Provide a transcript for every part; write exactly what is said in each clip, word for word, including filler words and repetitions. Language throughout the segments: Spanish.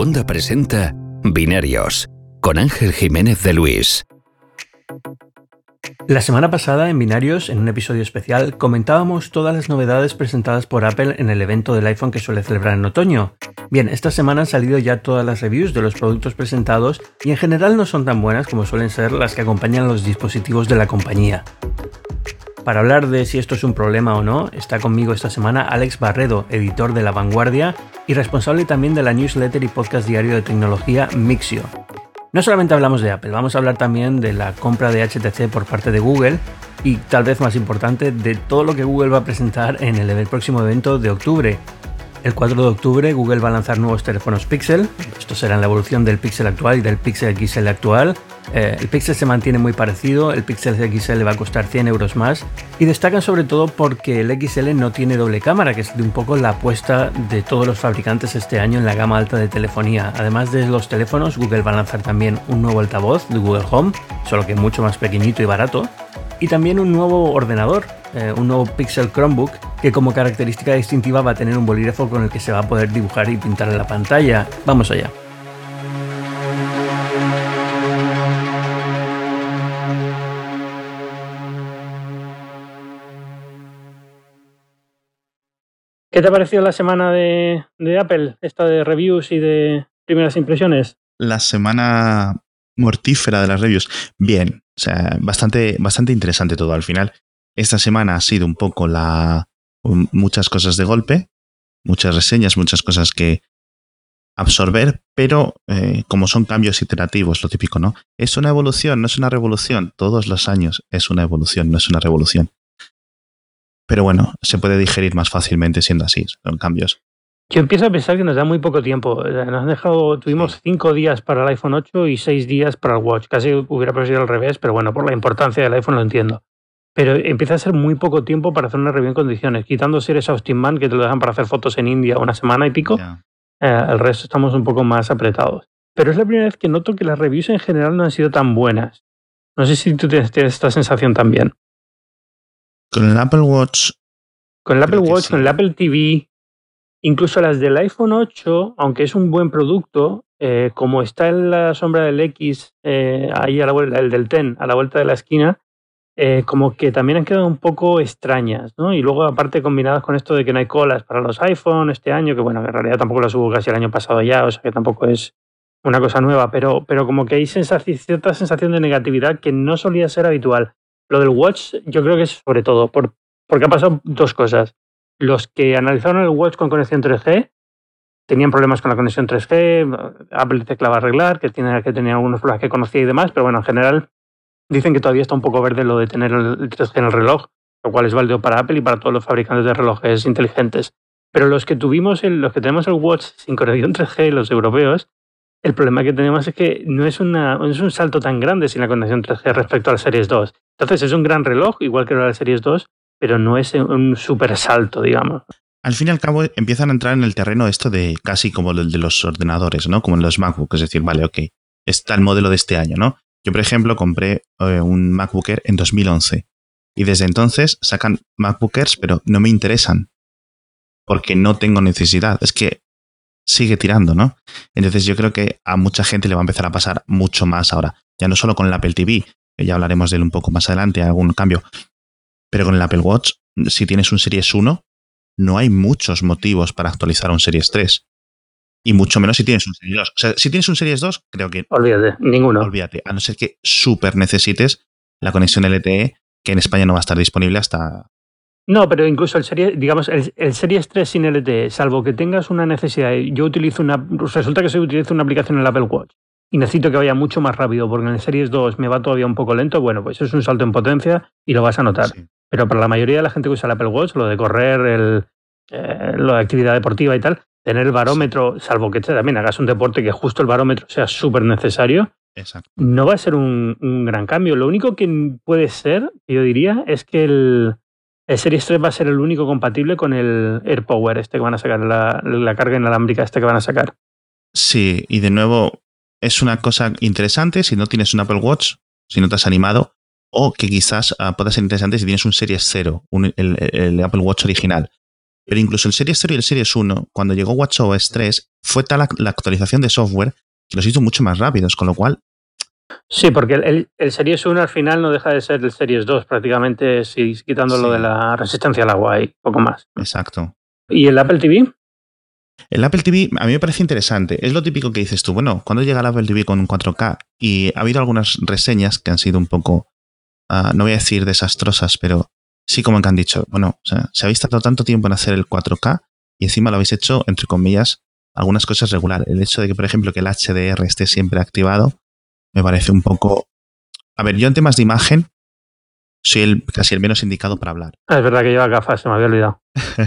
Onda presenta Binarios con Ángel Jiménez de Luis. La semana pasada en Binarios, en un episodio especial, comentábamos todas las novedades presentadas por Apple en el evento del iPhone que suele celebrar en otoño. Bien, esta semana han salido ya todas las reviews de los productos presentados y en general no son tan buenas como suelen ser las que acompañan a los dispositivos de la compañía. Para hablar de si esto es un problema o no, está conmigo esta semana Alex Barredo, editor de La Vanguardia y responsable también de la newsletter y podcast diario de tecnología Mixio. No solamente hablamos de Apple, vamos a hablar también de la compra de H T C por parte de Google y, tal vez más importante, de todo lo que Google va a presentar en el próximo evento de octubre. El cuatro de octubre Google va a lanzar nuevos teléfonos Pixel. Estos serán la evolución del Pixel actual y del Pixel X L actual. Eh, el Pixel se mantiene muy parecido, el Pixel X L va a costar cien euros más y destacan sobre todo porque el X L no tiene doble cámara, que es de un poco la apuesta de todos los fabricantes este año en la gama alta de telefonía. Además de los teléfonos, Google va a lanzar también un nuevo altavoz de Google Home, solo que mucho más pequeñito y barato, y también un nuevo ordenador, eh, un nuevo Pixel Chromebook, que como característica distintiva va a tener un bolígrafo con el que se va a poder dibujar y pintar en la pantalla. Vamos allá. ¿Qué te ha parecido la semana de, de Apple, esta de reviews y de primeras impresiones? La semana mortífera de las reviews. Bien, o sea, bastante, bastante interesante todo al final. Esta semana ha sido un poco la muchas cosas de golpe, muchas reseñas, muchas cosas que absorber, pero eh, como son cambios iterativos, lo típico, ¿no? Es una evolución, no es una revolución. Todos los años es una evolución, no es una revolución. Pero bueno, se puede digerir más fácilmente siendo así, son cambios. Yo empiezo a pensar que nos da muy poco tiempo. Nos han dejado, tuvimos sí. cinco días para el iPhone ocho y seis días para el Watch. Casi hubiera preferido al revés, pero bueno, por la importancia del iPhone lo entiendo. Pero empieza a ser muy poco tiempo para hacer una review en condiciones. Quitando si eres Austin Man, que te lo dejan para hacer fotos en India una semana y pico, yeah. eh, el resto estamos un poco más apretados. Pero es la primera vez que noto que las reviews en general no han sido tan buenas. No sé si tú tienes, tienes esta sensación también. Con el Apple Watch. Con el Apple Watch, sí. Con el Apple T V, incluso las del iPhone ocho, aunque es un buen producto, eh, como está en la sombra del X, eh, ahí a la vuelta, el del diez, a la vuelta de la esquina, eh, como que también han quedado un poco extrañas, ¿no? Y luego, aparte, combinadas con esto de que no hay colas para los iPhone este año, que bueno, que en realidad tampoco las hubo casi el año pasado ya, o sea que tampoco es una cosa nueva, pero, pero como que hay sensación, cierta sensación de negatividad que no solía ser habitual. Lo del Watch yo creo que es sobre todo por, porque ha pasado dos cosas. Los que analizaron el Watch con conexión tres G tenían problemas con la conexión tres G, Apple dice que la va a arreglar, que, tiene, que tenía algunos problemas que conocía y demás, pero bueno, en general dicen que todavía está un poco verde lo de tener el tres G en el reloj, lo cual es válido para Apple y para todos los fabricantes de relojes inteligentes. Pero los que tuvimos, el, los que tenemos el Watch sin conexión tres G, los europeos, el problema que tenemos es que no es, una, no es un salto tan grande sin la conexión tres G respecto al Series dos. Entonces es un gran reloj, igual que era el Series dos, pero no es un súper salto, digamos. Al fin y al cabo empiezan a entrar en el terreno esto de casi como el de los ordenadores, ¿no? Como en los MacBook, es decir, vale, ok, está el modelo de este año, ¿no? Yo, por ejemplo, compré eh, un MacBook Air en dos mil once y desde entonces sacan MacBook Airs, pero no me interesan porque no tengo necesidad. Es que sigue tirando, ¿no? Entonces yo creo que a mucha gente le va a empezar a pasar mucho más ahora. Ya no solo con el Apple T V, que ya hablaremos de él un poco más adelante, algún cambio, pero con el Apple Watch, si tienes un Series uno, no hay muchos motivos para actualizar a un Series tres. Y mucho menos si tienes un Series dos. O sea, si tienes un Series dos, creo que... Olvídate, ninguno. Olvídate, a no ser que súper necesites la conexión L T E, que en España no va a estar disponible hasta... No, pero incluso el Series, digamos, el, el Series tres sin L T E, salvo que tengas una necesidad, yo utilizo una... Resulta que se utiliza una aplicación en el Apple Watch y necesito que vaya mucho más rápido porque en el Series dos me va todavía un poco lento, bueno, pues es un salto en potencia y lo vas a notar. Sí. Pero para la mayoría de la gente que usa el Apple Watch, lo de correr, el, eh, lo de actividad deportiva y tal, tener el barómetro, sí. Salvo que también hagas un deporte que justo el barómetro sea súper necesario, exacto, no va a ser un, un gran cambio. Lo único que puede ser, yo diría, es que el, el Series tres va a ser el único compatible con el AirPower este que van a sacar, la, la carga inalámbrica este que van a sacar. Sí, y de nuevo, es una cosa interesante si no tienes un Apple Watch, si no te has animado, o que quizás uh, pueda ser interesante si tienes un Series cero, un, el, el Apple Watch original. Pero incluso el Series cero y el Series uno, cuando llegó WatchOS tres, fue tal la, la actualización de software que los hizo mucho más rápidos, con lo cual... Sí, porque el, el, el Series uno al final no deja de ser el Series dos, prácticamente, si quitando sí. lo de la resistencia al agua y poco más. Exacto. ¿Y el Apple T V? El Apple T V a mí me parece interesante. Es lo típico que dices tú, bueno, ¿cuándo llega el Apple T V con un cuatro K? Y ha habido algunas reseñas que han sido un poco, uh, no voy a decir desastrosas, pero sí como que han dicho, bueno, o sea, se habéis tardado tanto tiempo en hacer el cuatro K y encima lo habéis hecho, entre comillas, algunas cosas regular. El hecho de que, por ejemplo, que el H D R esté siempre activado, me parece un poco... A ver, yo en temas de imagen soy el, casi el menos indicado para hablar. Ah, es verdad que lleva gafas, se me había olvidado.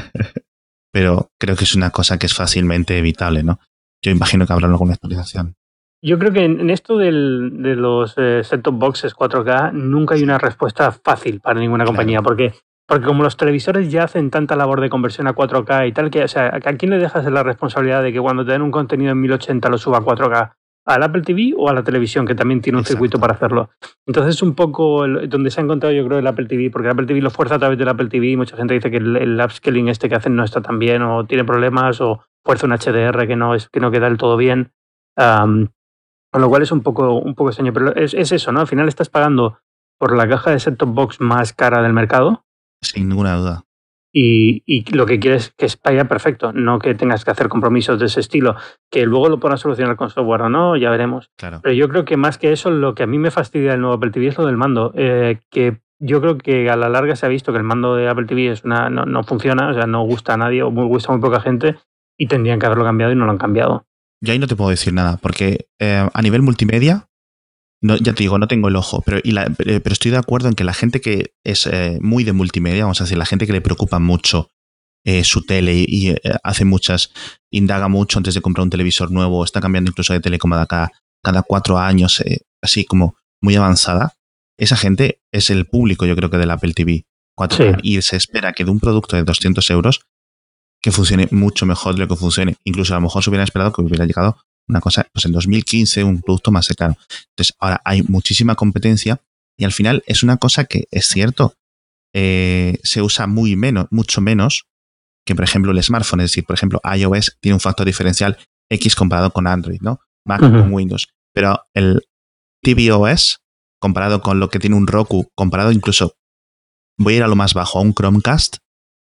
Pero creo que es una cosa que es fácilmente evitable, ¿no? Yo imagino que habrá alguna actualización. Yo creo que en esto del, de los eh, set-top boxes cuatro K nunca hay una respuesta fácil para ninguna compañía, claro. porque porque como los televisores ya hacen tanta labor de conversión a cuatro K y tal, que, o sea, ¿a quién le dejas la responsabilidad de que cuando te den un contenido en mil ochenta lo suba a cuatro K? ¿Al Apple T V o a la televisión, que también tiene un Exacto. circuito para hacerlo? Entonces es un poco el, donde se ha encontrado, yo creo, el Apple T V, porque el Apple T V lo fuerza a través del Apple T V y mucha gente dice que el, el upscaling este que hacen no está tan bien o tiene problemas o fuerza un H D R que no, es, que no queda del todo bien. Um, con lo cual es un poco, un poco extraño, pero es, es eso, ¿no? Al final estás pagando por la caja de set-top box más cara del mercado. Sin ninguna duda. Y, y lo que quieres es que vaya perfecto, no que tengas que hacer compromisos de ese estilo, que luego lo podrás solucionar con software o no, ya veremos. Claro. Pero yo creo que más que eso, lo que a mí me fastidia del nuevo Apple T V es lo del mando, eh, que yo creo que a la larga se ha visto que el mando de Apple T V es una, no, no funciona, o sea, no gusta a nadie o gusta a muy poca gente y tendrían que haberlo cambiado y no lo han cambiado. Yo ahí no te puedo decir nada, porque eh, a nivel multimedia, no, ya te digo, no tengo el ojo, pero, y la, pero estoy de acuerdo en que la gente que es eh, muy de multimedia, vamos a decir, la gente que le preocupa mucho eh, su tele y, y eh, hace muchas, indaga mucho antes de comprar un televisor nuevo, está cambiando incluso de tele como cada, cada cuatro años, eh, así como muy avanzada, esa gente es el público, yo creo que del Apple T V cuatro K, sí. Y se espera que de un producto de doscientos euros que funcione mucho mejor de lo que funcione. Incluso a lo mejor se hubieran esperado que hubiera llegado una cosa, pues en dos mil quince, un producto más caro. Entonces, ahora hay muchísima competencia y al final es una cosa que es cierto, eh, se usa muy menos, mucho menos que, por ejemplo, el smartphone. Es decir, por ejemplo, iOS tiene un factor diferencial X comparado con Android, ¿no? Mac uh-huh. con Windows. Pero el tvOS, comparado con lo que tiene un Roku, comparado incluso, voy a ir a lo más bajo, a un Chromecast,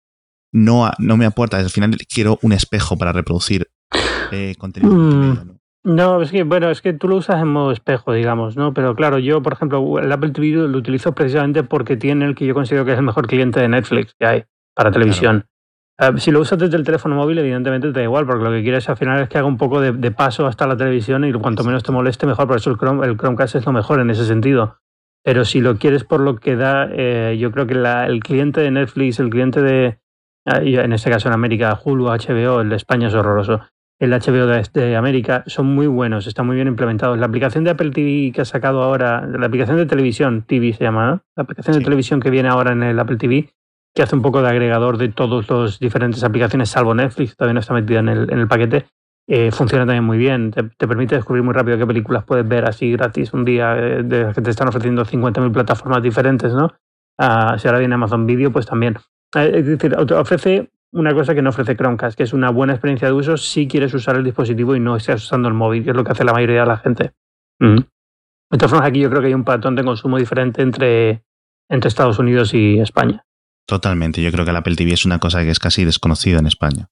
no, no me aporta. Al final quiero un espejo para reproducir eh, contenido. Mm, ¿no? no, es que, bueno, es que tú lo usas en modo espejo, digamos, ¿no? Pero claro, yo, por ejemplo, el Apple T V lo utilizo precisamente porque tiene el que yo considero que es el mejor cliente de Netflix que hay para televisión. Claro. Uh, si lo usas desde el teléfono móvil, evidentemente te da igual, porque lo que quieres al final es que haga un poco de, de paso hasta la televisión y cuanto menos te moleste, mejor. Por eso el, Chrome, el Chromecast es lo mejor en ese sentido. Pero si lo quieres por lo que da, eh, yo creo que la, el cliente de Netflix, el cliente de, en este caso en América, Hulu, H B O, el de España es horroroso. El H B O de, de América son muy buenos, están muy bien implementados. La aplicación de Apple T V que ha sacado ahora, la aplicación de televisión, T V se llama, ¿no? La aplicación sí. de televisión que viene ahora en el Apple T V, que hace un poco de agregador de todas las diferentes aplicaciones, salvo Netflix, todavía no está metida en el, en el paquete, eh, funciona también muy bien. Te, te permite descubrir muy rápido qué películas puedes ver así gratis un día, eh, de que te están ofreciendo cincuenta mil plataformas diferentes, ¿no? Uh, si ahora viene Amazon Video, pues también. Uh, es decir, ofrece una cosa que no ofrece Chromecast, que es una buena experiencia de uso si quieres usar el dispositivo y no estás usando el móvil, que es lo que hace la mayoría de la gente. Mm. De todas formas, aquí yo creo que hay un patrón de consumo diferente entre, entre Estados Unidos y España. Totalmente. Yo creo que el Apple T V es una cosa que es casi desconocida en España.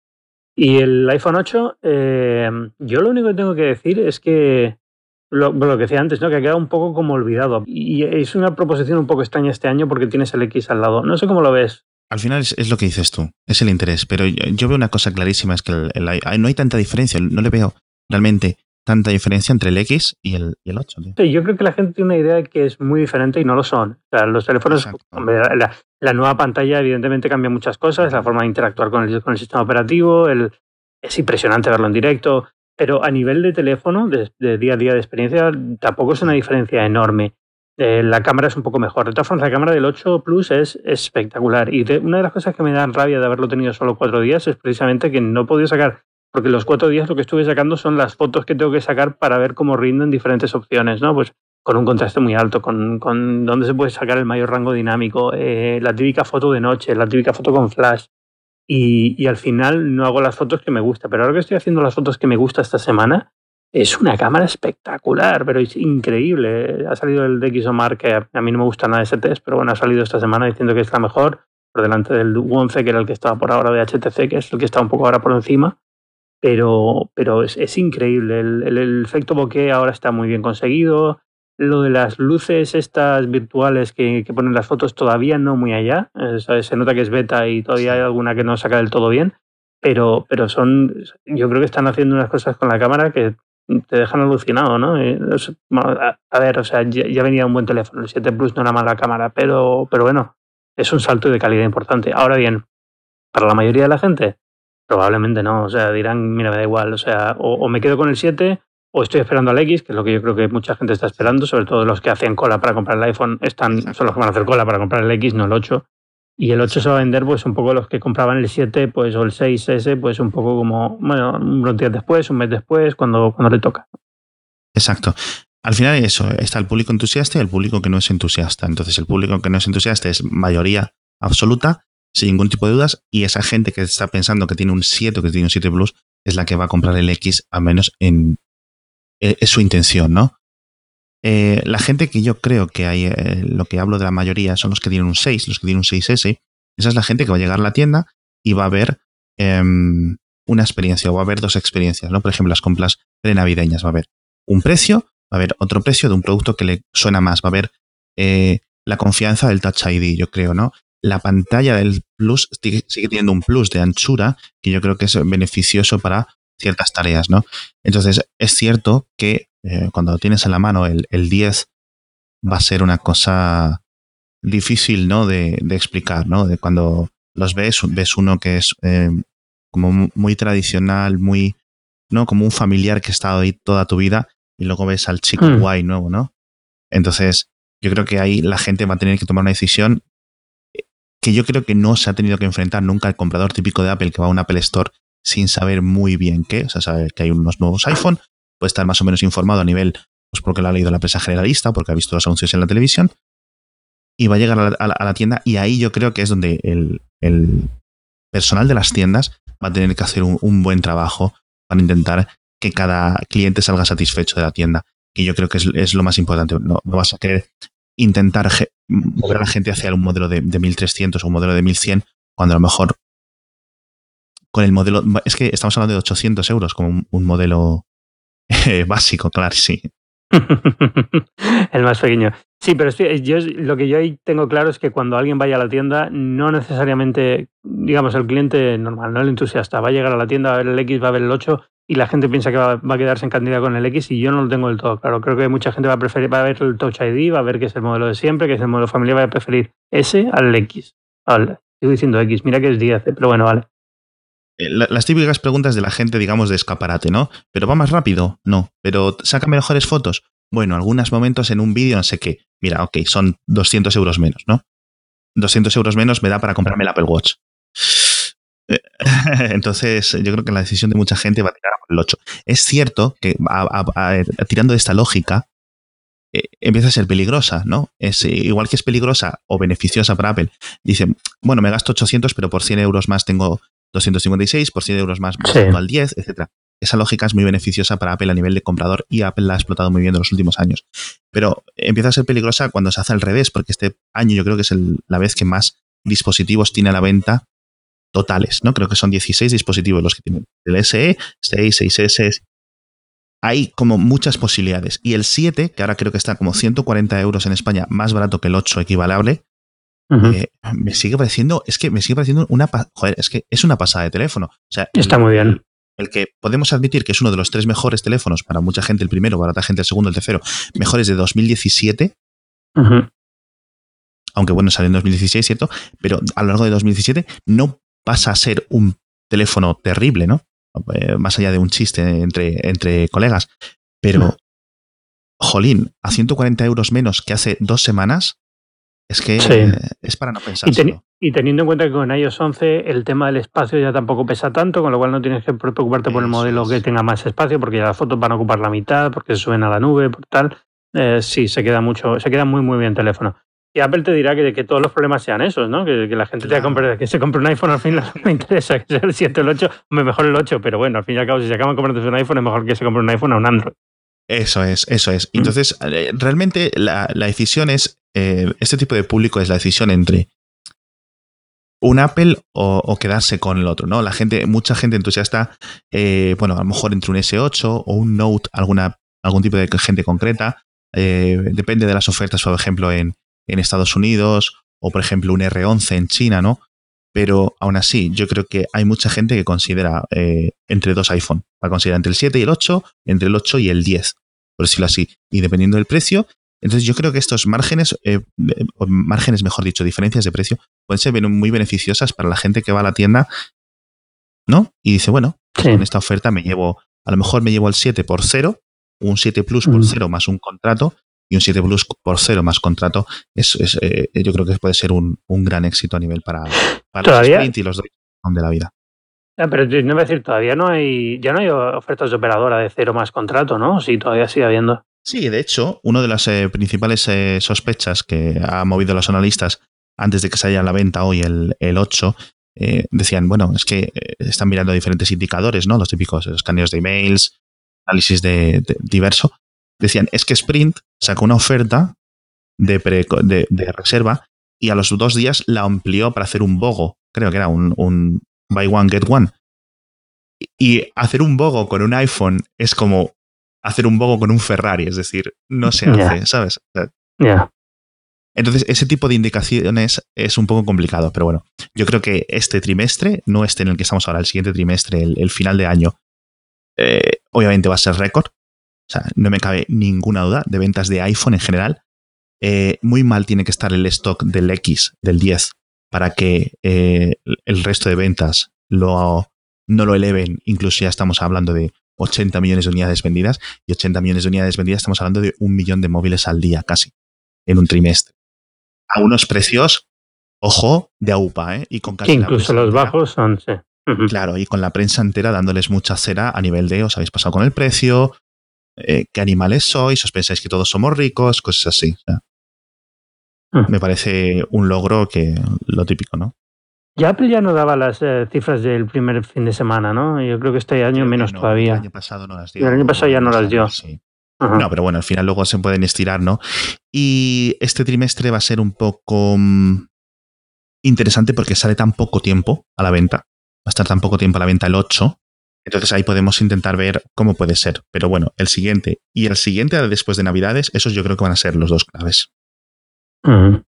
Y el iPhone ocho, eh, yo lo único que tengo que decir es que Lo, lo que decía antes, ¿no? Que ha quedado un poco como olvidado. Y es una proposición un poco extraña este año porque tienes el X al lado. No sé cómo lo ves. Al final es, es lo que dices tú, es el interés. Pero yo, yo veo una cosa clarísima, es que el, el, no hay tanta diferencia, no le veo realmente tanta diferencia entre el X y el, y el ocho. Tío. Sí, yo creo que la gente tiene una idea de que es muy diferente y no lo son. O sea, los teléfonos, hombre, la, la nueva pantalla evidentemente cambia muchas cosas, la forma de interactuar con el, con el sistema operativo, el, es impresionante verlo en directo. Pero a nivel de teléfono, de, de día a día de experiencia, tampoco es una diferencia enorme. Eh, la cámara es un poco mejor. De todas formas, la cámara del ocho Plus es, es espectacular. Y de, una de las cosas que me dan rabia de haberlo tenido solo cuatro días es precisamente que no he podido sacar, porque los cuatro días lo que estuve sacando son las fotos que tengo que sacar para ver cómo rinden diferentes opciones, ¿no? Pues con un contraste muy alto, con, con dónde se puede sacar el mayor rango dinámico, eh, la típica foto de noche, la típica foto con flash. y, y al final no hago las fotos que me gusta. Pero ahora que estoy haciendo las fotos que me gusta esta semana, es una cámara espectacular, pero es increíble. Ha salido el D X O Mark, que a mí no me gusta nada ese test, pero bueno, ha salido esta semana diciendo que es la mejor, por delante del U once, que era el que estaba por ahora de H T C, que es el que está un poco ahora por encima. Pero, pero es, es increíble. El, el, el efecto bokeh ahora está muy bien conseguido. Lo de las luces estas virtuales que, que ponen las fotos todavía no muy allá. Eh, ¿sabes? Se nota que es beta y todavía hay alguna que no saca del todo bien. Pero, pero son, yo creo que están haciendo unas cosas con la cámara que te dejan alucinado, ¿no? Eh, a, a ver, o sea, ya, ya venía un buen teléfono. El siete Plus no era mala cámara, pero, pero bueno, es un salto de calidad importante. Ahora bien, para la mayoría de la gente, probablemente no. O sea, dirán, mira, me da igual. O sea, o, o me quedo con el siete o estoy esperando al X, que es lo que yo creo que mucha gente está esperando, sobre todo los que hacen cola para comprar el iPhone, están, son los que van a hacer cola para comprar el X, no el ocho. Y el ocho se va a vender pues un poco los que compraban el siete pues, o el seis ese, pues un poco como, bueno, unos días después, un mes después, cuando, cuando le toca. Exacto. Al final eso, está el público entusiasta y el público que no es entusiasta. Entonces el público que no es entusiasta es mayoría absoluta, sin ningún tipo de dudas, y esa gente que está pensando que tiene un siete o que tiene un siete Plus es la que va a comprar el X, al menos en eh, es su intención, ¿no? Eh, la gente que yo creo que hay, eh, lo que hablo de la mayoría, son los que tienen un seis, los que tienen un seis ese. Esa es la gente que va a llegar a la tienda y va a ver eh, una experiencia, o va a haber dos experiencias, ¿no? Por ejemplo, las compras prenavideñas. Va a haber un precio, va a haber otro precio de un producto que le suena más, va a haber eh, la confianza del Touch I D, yo creo, ¿no? La pantalla del Plus sigue, sigue teniendo un plus de anchura que yo creo que es beneficioso para ciertas tareas, ¿no? Entonces, es cierto que eh, cuando tienes en la mano el, el diez va a ser una cosa difícil, ¿no? De, de explicar, ¿no? De cuando los ves, ves uno que es eh, como muy tradicional, muy, ¿no? Como un familiar que ha estado ahí toda tu vida, y luego ves al chico mm. guay nuevo, ¿no? Entonces, yo creo que ahí la gente va a tener que tomar una decisión que yo creo que no se ha tenido que enfrentar nunca el comprador típico de Apple que va a un Apple Store sin saber muy bien qué, o sea, saber que hay unos nuevos iPhone, puede estar más o menos informado a nivel, pues porque lo ha leído la prensa generalista, porque ha visto los anuncios en la televisión, y va a llegar a la, a la, a la tienda, y ahí yo creo que es donde el, el personal de las tiendas va a tener que hacer un, un buen trabajo para intentar que cada cliente salga satisfecho de la tienda, que yo creo que es, es lo más importante. No, no vas a querer intentar ge- mover a la gente hacia un modelo de, de mil trescientos o un modelo de mil cien, cuando a lo mejor con el modelo, es que estamos hablando de ochocientos euros como un, un modelo eh, básico, claro, sí. El más pequeño. Sí, pero estoy, yo, lo que yo ahí tengo claro es que cuando alguien vaya a la tienda, no necesariamente, digamos, el cliente normal, no el entusiasta, va a llegar a la tienda, va a ver el X, va a ver el ocho, y la gente piensa que va, va a quedarse encandilada con el X, y yo no lo tengo del todo claro. Creo que mucha gente va a preferir, va a ver el Touch I D, va a ver que es el modelo de siempre, que es el modelo familiar, va a preferir ese al X. Vale, sigo diciendo X, mira que es diez, pero bueno, vale. Las típicas preguntas de la gente, digamos, de escaparate, ¿no? ¿Pero va más rápido? No. ¿Pero saca mejores fotos? Bueno, algunos momentos en un vídeo, no sé qué. Mira, ok, son doscientos euros menos, ¿no? doscientos euros menos me da para comprarme el Apple Watch. Entonces, yo creo que la decisión de mucha gente va a tirar por el ocho. Es cierto que a, a, a, a, tirando de esta lógica, eh, empieza a ser peligrosa, ¿no? Es eh, igual que es peligrosa o beneficiosa para Apple. Dice, bueno, me gasto ochocientos, pero por cien euros más tengo doscientos cincuenta y seis, por cien euros más sí. al diez, etcétera. Esa lógica es muy beneficiosa para Apple a nivel de comprador, y Apple la ha explotado muy bien en los últimos años. Pero empieza a ser peligrosa cuando se hace al revés, porque este año yo creo que es el, la vez que más dispositivos tiene a la venta totales, ¿no? Creo que son dieciséis dispositivos los que tienen. El S E, seis, seis ese. Hay como muchas posibilidades. Y el siete, que ahora creo que está como ciento cuarenta euros en España, más barato que el ocho equivalable, Uh-huh. Eh, me sigue pareciendo, es que me sigue pareciendo una, joder, es que es una pasada de teléfono. O sea, está el, muy bien. El, el que podemos admitir que es uno de los tres mejores teléfonos, para mucha gente el primero, para otra gente el segundo, el tercero, mejores de dos mil diecisiete. Uh-huh. Aunque bueno, salió en dos mil dieciséis, ¿cierto? Pero a lo largo de dos mil diecisiete no pasa a ser un teléfono terrible, ¿no? Eh, más allá de un chiste entre, entre colegas. Pero, uh-huh. jolín, a ciento cuarenta euros menos que hace dos semanas, es que sí. eh, es para no pensar. Y, ten, y teniendo en cuenta que con iOS once el tema del espacio ya tampoco pesa tanto, con lo cual no tienes que preocuparte por el modelo es. que tenga más espacio, porque ya las fotos van a ocupar la mitad, porque se suben a la nube, por tal. Eh, sí, se queda mucho, se queda muy muy bien el teléfono. y Apple te dirá que, que todos los problemas sean esos, ¿no? Que, que la gente claro. te compre, que se compre un iPhone al final no me interesa que sea el siete o el ocho, mejor el ocho, pero bueno, al fin y al cabo, si se acaban comprando un iPhone, es mejor que se compre un iPhone a un Android. Eso es, eso es. Entonces, mm. realmente la, la decisión es, eh, este tipo de público es la decisión entre un Apple o, o quedarse con el otro, ¿no? La gente, mucha gente entusiasta, eh, bueno, a lo mejor entre un ese ocho o un Note, alguna, algún tipo de gente concreta, eh, depende de las ofertas, por ejemplo, en, en Estados Unidos o, por ejemplo, un erre once en China, ¿no? Pero aún así, yo creo que hay mucha gente que considera eh, entre dos iPhone. Va a considerar entre el siete y el ocho, entre el ocho y el diez, por decirlo así. Y dependiendo del precio, entonces yo creo que estos márgenes, eh, márgenes, mejor dicho, diferencias de precio, pueden ser muy beneficiosas para la gente que va a la tienda, ¿no? Y dice, bueno, sí. Con esta oferta me llevo, a lo mejor me llevo el siete por cero, un siete Plus por cero mm. más un contrato, y un siete Plus por cero más contrato, es, es, eh, yo creo que puede ser un, un gran éxito a nivel para, para los Sprint y los de la vida. Ah, pero no voy a decir, todavía no hay, ya no hay ofertas de operadora de cero más contrato, ¿no? Sí, todavía sigue habiendo. Sí, de hecho, una de las eh, principales eh, sospechas que ha movido a los analistas antes de que salga a la venta hoy el, el ocho, eh, decían, bueno, es que eh, están mirando diferentes indicadores, ¿no? Los típicos escaneos de emails, análisis de, de diverso. Decían, es que Sprint sacó una oferta de, pre, de, de reserva y a los dos días la amplió para hacer un BOGO. Creo que era un, un buy one, get one. Y hacer un BOGO con un iPhone es como hacer un BOGO con un Ferrari, es decir, no se hace, yeah. ¿sabes? Yeah. Entonces, ese tipo de indicaciones es un poco complicado, pero bueno, yo creo que este trimestre, no este en el que estamos ahora, el siguiente trimestre, el, el final de año, eh, obviamente va a ser récord. O sea, no me cabe ninguna duda de ventas de iPhone en general. Eh, muy mal tiene que estar el stock del X, del diez, para que eh, el resto de ventas lo, no lo eleven. Incluso ya estamos hablando de ochenta millones de unidades vendidas, y ochenta millones de unidades vendidas estamos hablando de un millón de móviles al día casi, en un trimestre. A unos precios, ojo, de aupa, ¿eh? Y con casi incluso los entera, bajos son, sí. Uh-huh. Claro, y con la prensa entera dándoles mucha cera a nivel de os habéis pasado con el precio, eh, qué animales sois, os pensáis que todos somos ricos, cosas así. O sea, uh-huh. Me parece un logro que lo típico, ¿no? Ya Apple ya no daba las eh, cifras del primer fin de semana, ¿no? Yo creo que este año creo menos no, todavía. El año pasado no las dio. El año pasado ya no las dio. Sí. Uh-huh. No, pero bueno, al final luego se pueden estirar, ¿no? Y este trimestre va a ser un poco um, interesante porque sale tan poco tiempo a la venta. Va a estar tan poco tiempo a la venta el ocho. Entonces ahí podemos intentar ver cómo puede ser. Pero bueno, el siguiente y el siguiente después de Navidades, esos yo creo que van a ser los dos claves. Uh-huh.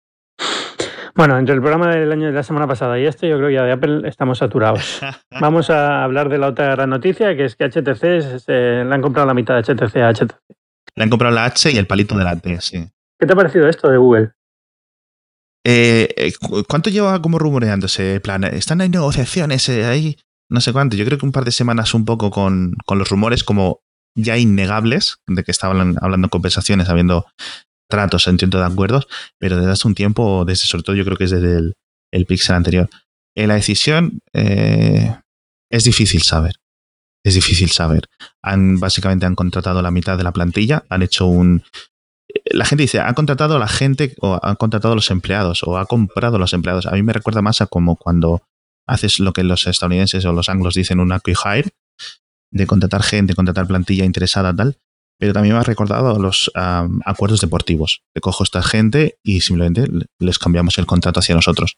Bueno, entre el programa del año de la semana pasada y este, yo creo que ya de Apple estamos saturados. Vamos a hablar de la otra gran noticia, que es que H T C se, le han comprado la mitad de H T C a H T C. Le han comprado la H y el palito de la T, sí. ¿Qué te ha parecido esto de Google? Eh, ¿Cuánto lleva como rumoreándose? Plan, están en negociaciones eh, ahí, no sé cuánto. Yo creo que un par de semanas un poco con, con los rumores como ya innegables de que estaban hablando conversaciones, habiendo tratos, entiendo, de acuerdos, pero desde hace un tiempo, desde sobre todo yo creo que es desde el, el Pixel anterior. En la decisión eh, es difícil saber. Es difícil saber. Han, básicamente han contratado la mitad de la plantilla, han hecho un... La gente dice, ha contratado a la gente o han contratado a los empleados o ha comprado a los empleados. A mí me recuerda más a como cuando haces lo que los estadounidenses o los anglos dicen un acqui-hire, de contratar gente, contratar plantilla interesada, tal. Pero también me ha recordado a los um, acuerdos deportivos. Que cojo a esta gente y simplemente les cambiamos el contrato hacia nosotros.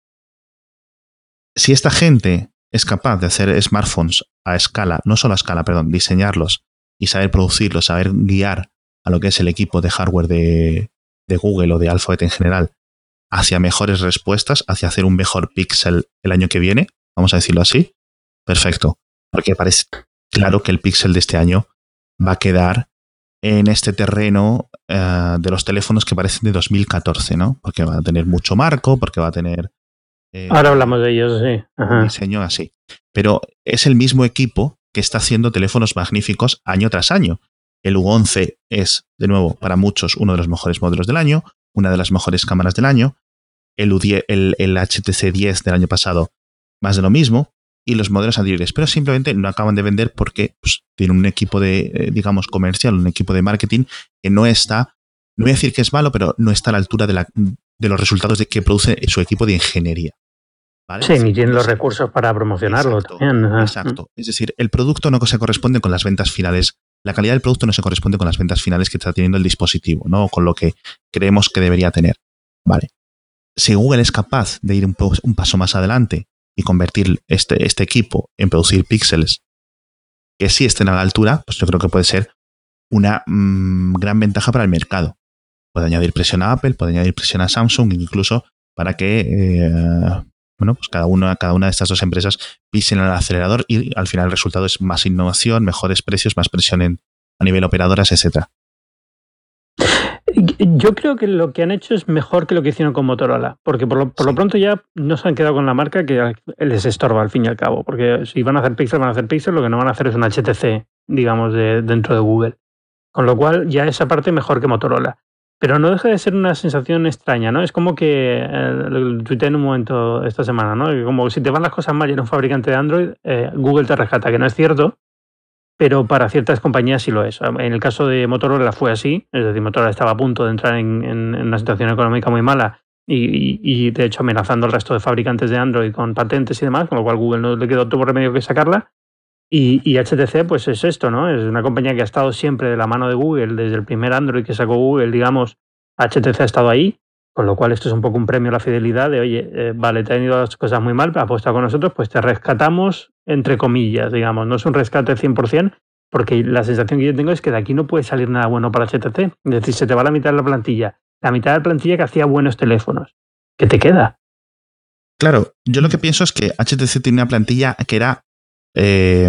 Si esta gente es capaz de hacer smartphones a escala, no solo a escala, perdón, diseñarlos y saber producirlos, saber guiar a lo que es el equipo de hardware de, de Google o de Alphabet en general hacia mejores respuestas, hacia hacer un mejor Pixel el año que viene, vamos a decirlo así, perfecto. Porque parece claro que el Pixel de este año va a quedar en este terreno uh, de los teléfonos que parecen de dos mil catorce, ¿no? Porque va a tener mucho marco, porque va a tener... Eh, Ahora hablamos de ellos, sí. Ajá. Un diseño así. Pero es el mismo equipo que está haciendo teléfonos magníficos año tras año. El U once es, de nuevo, para muchos uno de los mejores modelos del año, una de las mejores cámaras del año. El, U diez, el, el H T C diez del año pasado, más de lo mismo. Y los modelos anteriores, pero simplemente no acaban de vender porque pues, tienen un equipo de, eh, digamos, comercial, un equipo de marketing que no está no voy a decir que es malo, pero no está a la altura de, la, de los resultados de que produce su equipo de ingeniería. ¿Vale? Sí, ni tienen los recursos para promocionarlo exacto, también. Exacto. Es decir, el producto no se corresponde con las ventas finales. La calidad del producto no se corresponde con las ventas finales que está teniendo el dispositivo, ¿no? O con lo que creemos que debería tener. Vale. Si Google es capaz de ir un, un paso más adelante y convertir este, este equipo en producir píxeles que sí estén a la altura, pues yo creo que puede ser una mmm, gran ventaja para el mercado. Puede añadir presión a Apple, puede añadir presión a Samsung, incluso para que eh, bueno, pues cada una, cada una de estas dos empresas pisen el acelerador y al final el resultado es más innovación, mejores precios, más presión en, a nivel operadoras, etcétera. Yo creo que lo que han hecho es mejor que lo que hicieron con Motorola, porque por lo, por sí. lo pronto ya no se han quedado con la marca que les estorba al fin y al cabo, porque si van a hacer Pixel, van a hacer Pixel, lo que no van a hacer es un H T C, digamos, de, dentro de Google. Con lo cual ya esa parte mejor que Motorola. Pero no deja de ser una sensación extraña, ¿no? Es como que, eh, lo tuiteé en un momento esta semana, ¿no? Que como si te van las cosas mal y eres un fabricante de Android, eh, Google te rescata, que no es cierto, pero para ciertas compañías sí lo es. En el caso de Motorola fue así, es decir, Motorola estaba a punto de entrar en, en, en una situación económica muy mala y, y, y de hecho amenazando al resto de fabricantes de Android con patentes y demás, con lo cual Google no le quedó otro remedio que sacarla. Y, y H T C pues es esto, ¿no? Es una compañía que ha estado siempre de la mano de Google, desde el primer Android que sacó Google, digamos, H T C ha estado ahí, con lo cual esto es un poco un premio a la fidelidad de, oye, eh, vale, te han ido las cosas muy mal, ha apostado con nosotros, pues te rescatamos, entre comillas, digamos, no es un rescate cien por ciento, porque la sensación que yo tengo es que de aquí no puede salir nada bueno para H T C, es decir, se te va la mitad de la plantilla, la mitad de la plantilla que hacía buenos teléfonos, ¿qué te queda? Claro, yo lo que pienso es que H T C tiene una plantilla que era Eh,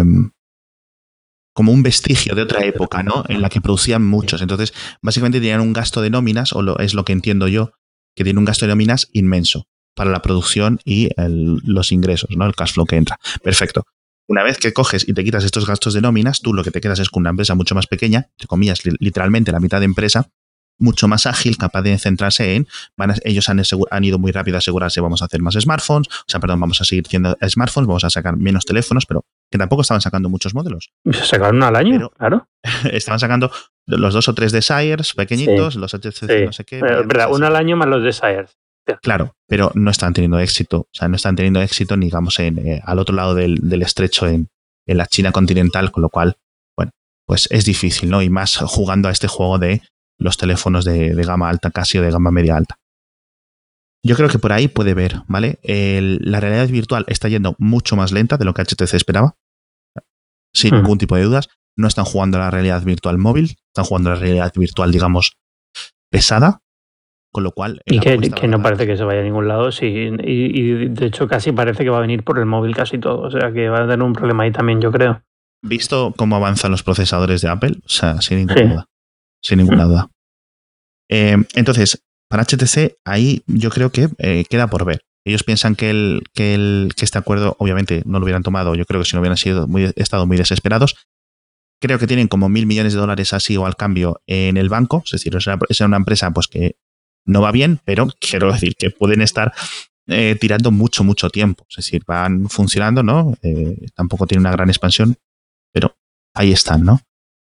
como un vestigio de otra época, ¿no? En la que producían muchos. Entonces, básicamente tenían un gasto de nóminas, o lo, es lo que entiendo yo, que tiene un gasto de nóminas inmenso para la producción y el, los ingresos, ¿no? El cash flow que entra. Perfecto. Una vez que coges y te quitas estos gastos de nóminas, tú lo que te quedas es con una empresa mucho más pequeña, entre comillas, literalmente la mitad de empresa, mucho más ágil, capaz de centrarse en, van a, ellos han, han ido muy rápido a asegurarse, vamos a hacer más smartphones, o sea, perdón, vamos a seguir haciendo smartphones, vamos a sacar menos teléfonos, pero que tampoco estaban sacando muchos modelos. Se sacaron al año, pero claro. Estaban sacando los dos o tres Desires pequeñitos, sí. Los H T C, sí. No sé qué. Pero, verdad, uno al año más los Desires. Claro, pero no están teniendo éxito, o sea, no están teniendo éxito, digamos, en, eh, al otro lado del, del estrecho, en, en la China continental, con lo cual, bueno, pues es difícil, ¿no? Y más jugando a este juego de los teléfonos de, de gama alta casi o de gama media alta. Yo creo que por ahí puede ver, ¿vale? El, la realidad virtual está yendo mucho más lenta de lo que H T C esperaba, sin hmm. ningún tipo de dudas. No están jugando a la realidad virtual móvil, están jugando a la realidad virtual, digamos, pesada, con lo cual... Y que, que no parece que se vaya a ningún lado, sí, y, y de hecho casi parece que va a venir por el móvil casi todo, o sea que va a tener un problema ahí también, yo creo. Visto cómo avanzan los procesadores de Apple, o sea, sin ninguna sí. duda. Sin ninguna duda. Eh, entonces, para H T C, ahí yo creo que eh, queda por ver. Ellos piensan que, el, que, el, que este acuerdo, obviamente, no lo hubieran tomado. Yo creo que si no hubieran sido muy, estado muy desesperados. Creo que tienen como mil millones de dólares así o al cambio en el banco. Es decir, es una, es una empresa pues que no va bien, pero quiero decir que pueden estar eh, tirando mucho, mucho tiempo. Es decir, van funcionando, ¿no? Eh, tampoco tienen una gran expansión, pero ahí están, ¿no?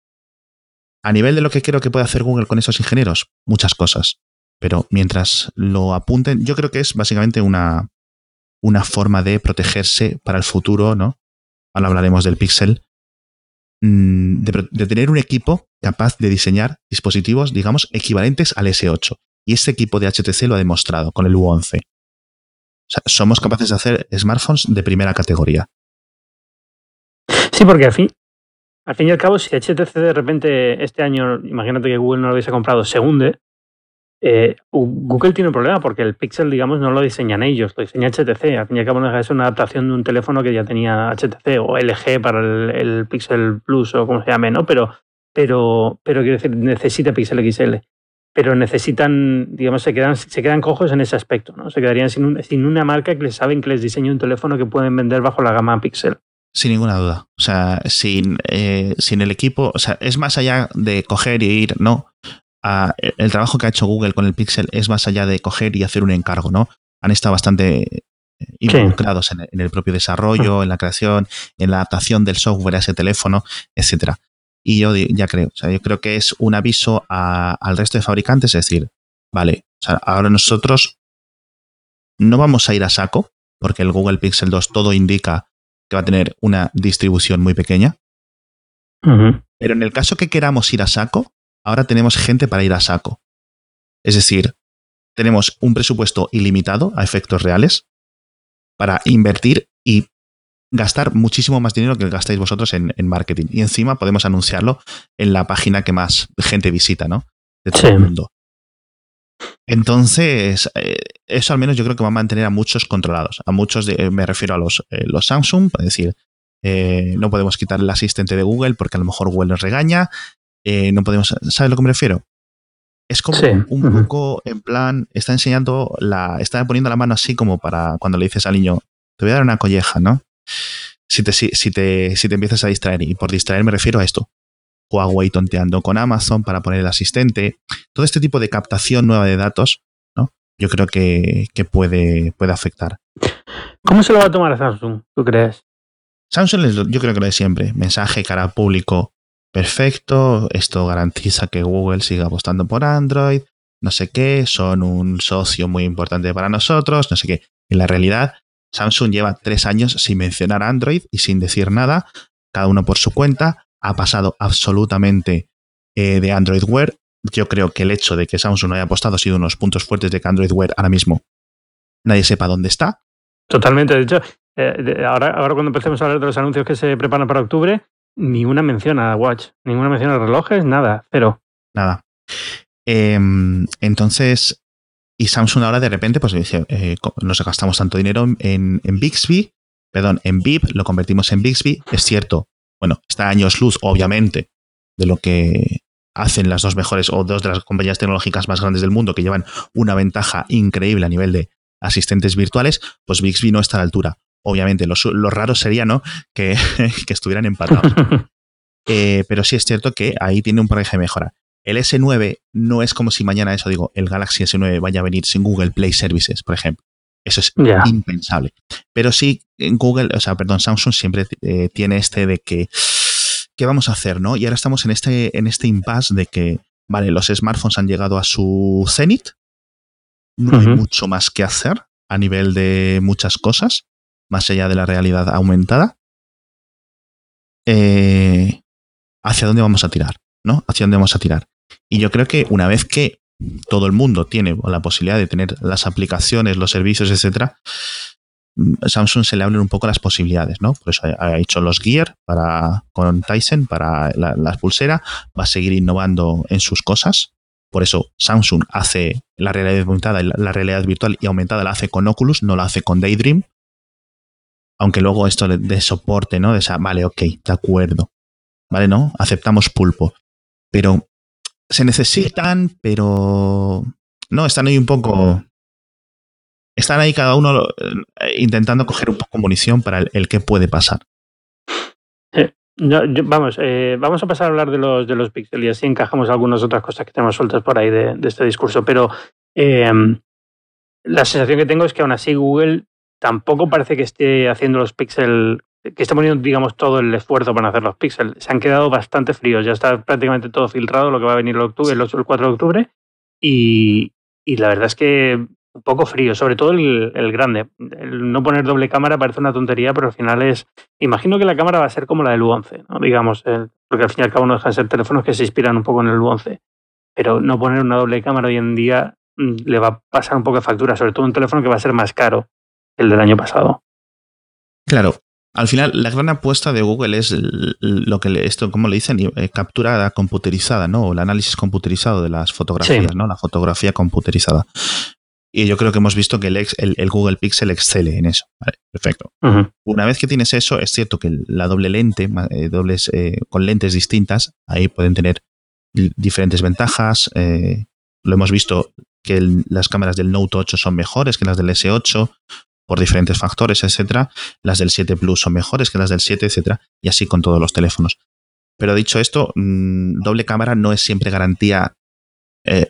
A nivel de lo que creo que puede hacer Google con esos ingenieros, muchas cosas. Pero mientras lo apunten, yo creo que es básicamente una, una forma de protegerse para el futuro, ¿no? Ahora hablaremos del Pixel. De, de tener un equipo capaz de diseñar dispositivos, digamos, equivalentes al ese ocho. Y este equipo de H T C lo ha demostrado con el U once. O sea, somos capaces de hacer smartphones de primera categoría. Sí, porque al fin... Al fin y al cabo, si H T C de repente este año, imagínate que Google no lo hubiese comprado, se hunde, eh, Google tiene un problema porque el Pixel, digamos, no lo diseñan ellos, lo diseña H T C. Al fin y al cabo no deja de ser una adaptación de un teléfono que ya tenía H T C o L G para el, el Pixel Plus o como se llame, ¿no? Pero, pero, pero quiero decir, necesita Pixel X L. Pero necesitan, digamos, se quedan, se quedan cojos en ese aspecto, ¿no? Se quedarían sin, un, sin una marca que les saben que les diseñe un teléfono que pueden vender bajo la gama Pixel. Sin ninguna duda. O sea, sin, eh, sin el equipo, o sea, es más allá de coger y ir, no. Uh, el trabajo que ha hecho Google con el Pixel es más allá de coger y hacer un encargo, ¿no? Han estado bastante involucrados sí. en, en el propio desarrollo, en la creación, en la adaptación del software a ese teléfono, etcétera. Y yo ya creo, o sea, yo creo que es un aviso a, al resto de fabricantes, es decir, vale, o sea, ahora nosotros no vamos a ir a saco, porque el Google Pixel dos todo indica que va a tener una distribución muy pequeña. Uh-huh. Pero en el caso que queramos ir a saco, ahora tenemos gente para ir a saco. Es decir, tenemos un presupuesto ilimitado a efectos reales para invertir y gastar muchísimo más dinero que gastáis vosotros en, en marketing. Y encima podemos anunciarlo en la página que más gente visita, ¿no? De todo sí. el mundo. Entonces, eh, eso al menos yo creo que va a mantener a muchos controlados. A muchos, de, me refiero a los, eh, los Samsung, es decir, eh, no podemos quitar el asistente de Google porque a lo mejor Google nos regaña. Eh, no podemos, ¿sabes a lo que me refiero? Es como sí. un uh-huh. poco en plan, está enseñando, la, está poniendo la mano así como para cuando le dices al niño, te voy a dar una colleja, ¿no? Si te, si, si te, si te empiezas a distraer, y por distraer me refiero a esto. Huawei tonteando con Amazon para poner el asistente. Todo este tipo de captación nueva de datos, ¿no? Yo creo que, que puede, puede afectar. ¿Cómo se lo va a tomar Samsung, tú crees? Samsung es, yo creo que lo de siempre. Mensaje cara al público perfecto. Esto garantiza que Google siga apostando por Android. No sé qué. Son un socio muy importante para nosotros. No sé qué. En la realidad, Samsung lleva tres años sin mencionar Android y sin decir nada. Cada uno por su cuenta. Ha pasado absolutamente eh, de Android Wear. Yo creo que el hecho de que Samsung no haya apostado ha sido uno de los puntos fuertes de que Android Wear ahora mismo nadie sepa dónde está. Totalmente. De hecho, eh, de, ahora, ahora cuando empecemos a hablar de los anuncios que se preparan para octubre, ni una menciona a Watch, ninguna menciona a relojes, nada, cero. Nada. Eh, entonces, y Samsung ahora de repente pues dice, eh, nos gastamos tanto dinero en, en Bixby, perdón, en V I P, lo convertimos en Bixby. Es cierto. Bueno, está a años luz, obviamente, de lo que hacen las dos mejores o dos de las compañías tecnológicas más grandes del mundo que llevan una ventaja increíble a nivel de asistentes virtuales, pues Bixby no está a la altura. Obviamente, lo, lo raro sería, ¿no?, que, que estuvieran empatados. eh, pero sí es cierto que ahí tiene un porcentaje de mejora. El ese nueve no es como si mañana eso, digo, el Galaxy ese nueve vaya a venir sin Google Play Services, por ejemplo. Eso es yeah. impensable. Pero sí, en Google, o sea, perdón, Samsung siempre eh, tiene este de que, ¿qué vamos a hacer, no? Y ahora estamos en este, en este impasse de que, vale, los smartphones han llegado a su cenit, no uh-huh. hay mucho más que hacer a nivel de muchas cosas, más allá de la realidad aumentada. Eh, ¿Hacia dónde vamos a tirar, no? ¿Hacia dónde vamos a tirar? Y yo creo que una vez que todo el mundo tiene la posibilidad de tener las aplicaciones, los servicios, etcétera, Samsung se le abren un poco las posibilidades, ¿no? Por eso ha, ha hecho los Gear para, con Tizen para la, la pulsera, va a seguir innovando en sus cosas. Por eso Samsung hace la realidad aumentada y la, la realidad virtual y aumentada la hace con Oculus, no la hace con Daydream. Aunque luego esto de, de soporte, ¿no? De esa, vale, ok, de acuerdo. Vale, ¿no? Aceptamos pulpo. Pero se necesitan, pero no, están ahí un poco, están ahí cada uno eh, intentando coger un poco munición para el, el qué puede pasar. Eh, yo, yo, vamos, eh, vamos a pasar a hablar de los de los Pixel y así encajamos algunas otras cosas que tenemos sueltas por ahí de, de este discurso, pero eh, la sensación que tengo es que aún así Google tampoco parece que esté haciendo los Pixel, que está poniendo, digamos, todo el esfuerzo para hacer los Pixel. Se han quedado bastante fríos. Ya está prácticamente todo filtrado, lo que va a venir el, octubre, el, ocho, el cuatro de octubre. Y, y la verdad es que un poco frío, sobre todo el, el grande. El no poner doble cámara parece una tontería, pero al final es... Imagino que la cámara va a ser como la del U once, ¿no? Digamos, eh, porque al fin y al cabo no dejan de ser teléfonos que se inspiran un poco en el U once. Pero no poner una doble cámara hoy en día mmm, le va a pasar un poco de factura, sobre todo un teléfono que va a ser más caro que el del año pasado. Claro. Al final, la gran apuesta de Google es lo que le, esto, ¿cómo le dicen? Eh, captura computerizada, ¿no? O el análisis computerizado de las fotografías, sí. ¿no? La fotografía computerizada. Y yo creo que hemos visto que el, ex, el, el Google Pixel excele en eso. Vale, perfecto. Uh-huh. Una vez que tienes eso, es cierto que la doble lente, eh, dobles eh, con lentes distintas, ahí pueden tener diferentes ventajas. Eh, lo hemos visto que el, las cámaras del Note ocho son mejores que las del ese ocho. Por diferentes factores, etcétera. Las del siete Plus son mejores que las del siete, etcétera. Y así con todos los teléfonos. Pero dicho esto, mmm, doble cámara no es siempre garantía eh,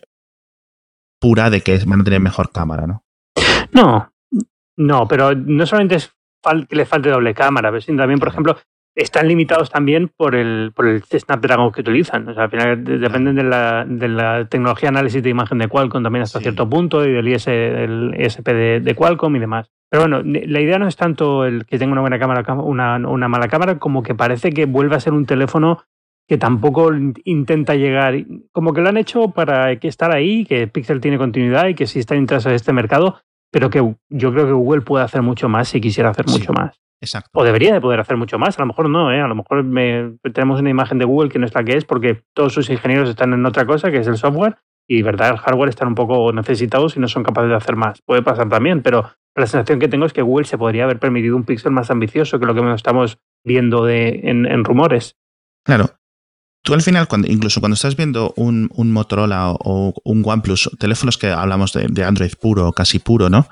pura de que van a tener mejor cámara, ¿no? No, no, pero no solamente es fal- que le falte doble cámara, pero también, por ejemplo, están limitados también por el, por el Snapdragon que utilizan. O sea, al final dependen de la, de la tecnología de análisis de imagen de Qualcomm también hasta sí. cierto punto y del I S, el I S P de, de Qualcomm y demás. Pero bueno, la idea no es tanto el que tenga una buena cámara una, una mala cámara, como que parece que vuelve a ser un teléfono que tampoco intenta llegar, como que lo han hecho para que estar ahí, que Pixel tiene continuidad y que sí están interesados en este mercado, pero que yo creo que Google puede hacer mucho más si quisiera hacer sí. mucho más. Exacto. O debería de poder hacer mucho más, a lo mejor no, ¿eh? A lo mejor me, tenemos una imagen de Google que no es la que es porque todos sus ingenieros están en otra cosa, que es el software, y verdad, el hardware están un poco necesitados y no son capaces de hacer más. Puede pasar también, pero la sensación que tengo es que Google se podría haber permitido un Pixel más ambicioso que lo que estamos viendo de, en, en rumores. Claro. Tú al final, cuando, incluso cuando estás viendo un, un Motorola o, o un OnePlus, teléfonos que hablamos de, de Android puro, casi puro, ¿no?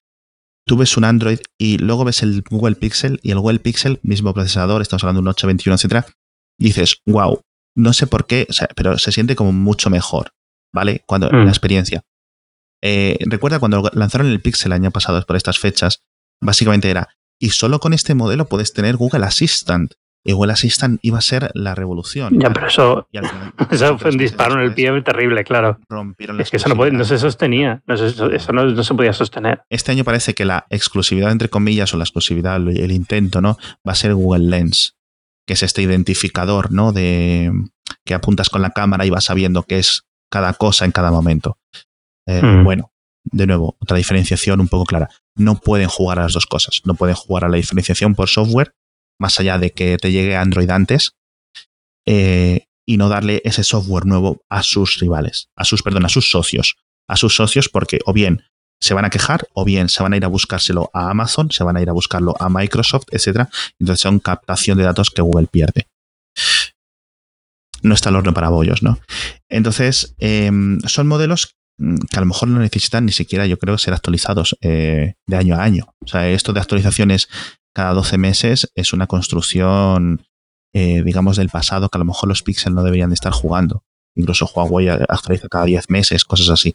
Tú ves un Android y luego ves el Google Pixel y el Google Pixel, mismo procesador, estamos hablando de un ocho veintiuno, etcétera, y dices, wow, no sé por qué, o sea, pero se siente como mucho mejor, ¿vale? Cuando mm. la experiencia. Eh, recuerda cuando lanzaron el Pixel el año pasado por estas fechas, básicamente era, y solo con este modelo puedes tener Google Assistant. Y Google Assistant iba a ser la revolución. Ya, pero eso, final, eso fue un disparo en el pie terrible, claro. Rompieron es que eso no, puede, no se sostenía, no se, eso no, no se podía sostener. Este año parece que la exclusividad, entre comillas, o la exclusividad, el intento, ¿no? Va a ser Google Lens, que es este identificador, ¿no? De que apuntas con la cámara y vas sabiendo qué es cada cosa en cada momento. Eh, mm. Bueno, de nuevo, otra diferenciación un poco clara. No pueden jugar a las dos cosas. No pueden jugar a la diferenciación por software, más allá de que te llegue Android antes, eh, y no darle ese software nuevo a sus rivales, a sus, perdón, a sus socios. A sus socios porque o bien se van a quejar o bien se van a ir a buscárselo a Amazon, se van a ir a buscarlo a Microsoft, etcétera. Entonces son captación de datos que Google pierde. No está el horno para bollos, ¿no? Entonces, eh, son modelos que a lo mejor no necesitan ni siquiera, yo creo, ser actualizados eh, de año a año. O sea, esto de actualizaciones cada doce meses es una construcción, eh, digamos, del pasado que a lo mejor los Pixel no deberían de estar jugando. Incluso Huawei actualiza cada diez meses, cosas así.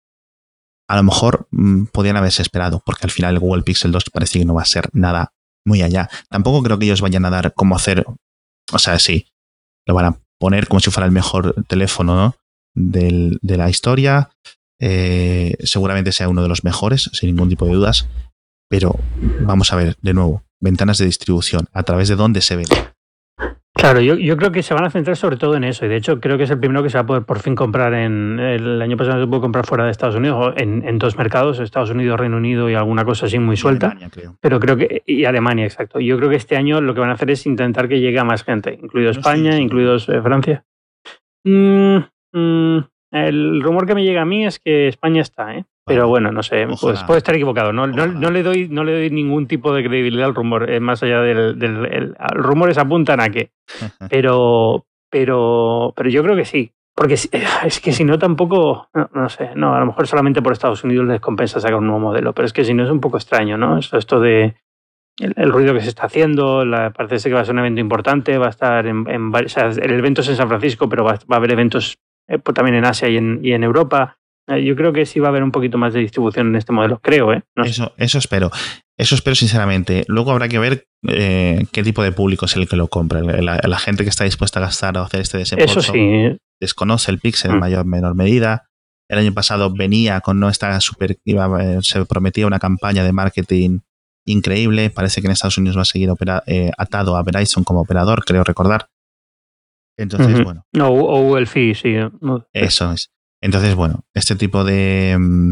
A lo mejor mmm, podían haberse esperado, porque al final el Google Pixel dos parece que no va a ser nada muy allá. Tampoco creo que ellos vayan a dar cómo hacer, o sea, sí, lo van a poner como si fuera el mejor teléfono, ¿no? Del, de la historia. Eh, seguramente sea uno de los mejores, sin ningún tipo de dudas. Pero vamos a ver, de nuevo, ventanas de distribución, a través de dónde se ven. Claro, yo, yo creo que se van a centrar sobre todo en eso, y de hecho creo que es el primero que se va a poder por fin comprar en... El año pasado se pudo comprar fuera de Estados Unidos, en, en dos mercados, Estados Unidos, Reino Unido y alguna cosa así muy suelta. Alemania, creo. Pero creo que... Y Alemania, exacto. Yo creo que este año lo que van a hacer es intentar que llegue a más gente, incluido no España, sí, sí. incluidos eh, Francia. Mm, mm, el rumor que me llega a mí es que España está, ¿eh? Pero bueno, no sé, pues puede estar equivocado. No, no, no, le doy, no le doy ningún tipo de credibilidad al rumor, eh, más allá del... del el, rumores apuntan a que. Pero, pero, pero yo creo que sí. Porque es que si no tampoco, no, no sé, no, a lo mejor solamente por Estados Unidos les compensa sacar un nuevo modelo. Pero es que si no es un poco extraño, ¿no? Esto, esto de el, el ruido que se está haciendo, la, parece que va a ser un evento importante, va a estar en, en o sea, el evento es en San Francisco, pero va, va a haber eventos eh, también en Asia y en, y en Europa. Yo creo que sí va a haber un poquito más de distribución en este modelo, creo, ¿eh? No eso, eso espero. Eso espero sinceramente. Luego habrá que ver eh, qué tipo de público es el que lo compra. La, la gente que está dispuesta a gastar o hacer este desembolso eso sí. desconoce el Pixel en mm. mayor o menor medida. El año pasado venía con no esta super... Iba, se prometía una campaña de marketing increíble. Parece que en Estados Unidos va a seguir opera, eh, atado a Verizon como operador, creo recordar. Entonces, uh-huh. bueno. No, o el fee, sí. Eso es. Entonces, bueno, este tipo de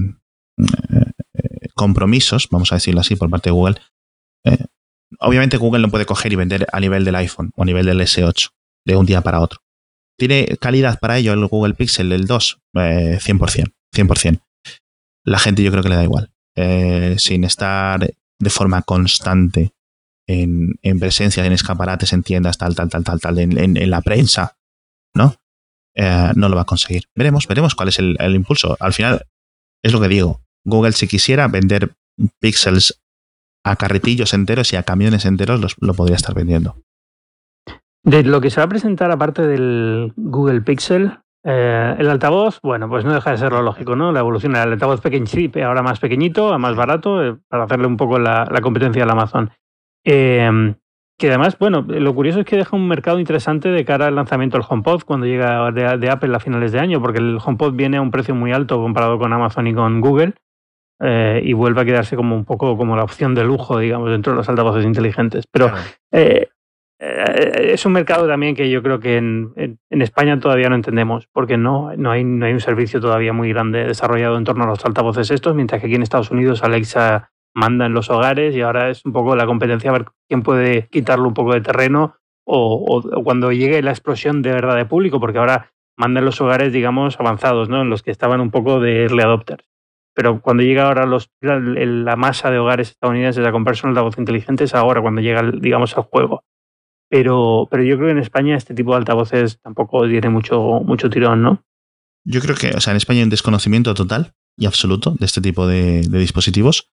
eh, compromisos, vamos a decirlo así, por parte de Google, eh, obviamente Google no puede coger y vender a nivel del iPhone o a nivel del ese ocho de un día para otro. ¿Tiene calidad para ello el Google Pixel del dos? Eh, cien por ciento, cien por ciento. La gente yo creo que le da igual. Eh, sin estar de forma constante en, en presencia, en escaparates, en tiendas, tal, tal, tal, tal, tal, en, en, en la prensa, ¿no? Eh, no lo va a conseguir. Veremos, veremos cuál es el, el impulso. Al final, es lo que digo. Google, si quisiera vender píxeles a carretillos enteros y a camiones enteros, los, lo podría estar vendiendo. De lo que se va a presentar, aparte del Google Pixel, eh, el altavoz, bueno, pues no deja de ser lo lógico, ¿no? La evolución del altavoz pequeñito, ahora más pequeñito, a más barato, eh, para hacerle un poco la, la competencia al Amazon. Eh, Que además, bueno, lo curioso es que deja un mercado interesante de cara al lanzamiento del HomePod cuando llega de, de Apple a finales de año, porque el HomePod viene a un precio muy alto comparado con Amazon y con Google, eh, y vuelve a quedarse como un poco como la opción de lujo, digamos, dentro de los altavoces inteligentes. Pero claro. eh, eh, es un mercado también que yo creo que en, en, en España todavía no entendemos, porque no, no, hay, no hay un servicio todavía muy grande desarrollado en torno a los altavoces estos, mientras que aquí en Estados Unidos Alexa manda en los hogares y ahora es un poco la competencia a ver quién puede quitarle un poco de terreno o, o, o cuando llegue la explosión de verdad de público, porque ahora manda en los hogares, digamos, avanzados, ¿no? En los que estaban un poco de early adopters. Pero cuando llega ahora los, la, la masa de hogares estadounidenses a comprarse un altavoz inteligente es ahora cuando llega, digamos, al juego. Pero, pero yo creo que en España este tipo de altavoces tampoco tiene mucho, mucho tirón, ¿no? Yo creo que, o sea, en España hay un desconocimiento total y absoluto de este tipo de, de dispositivos.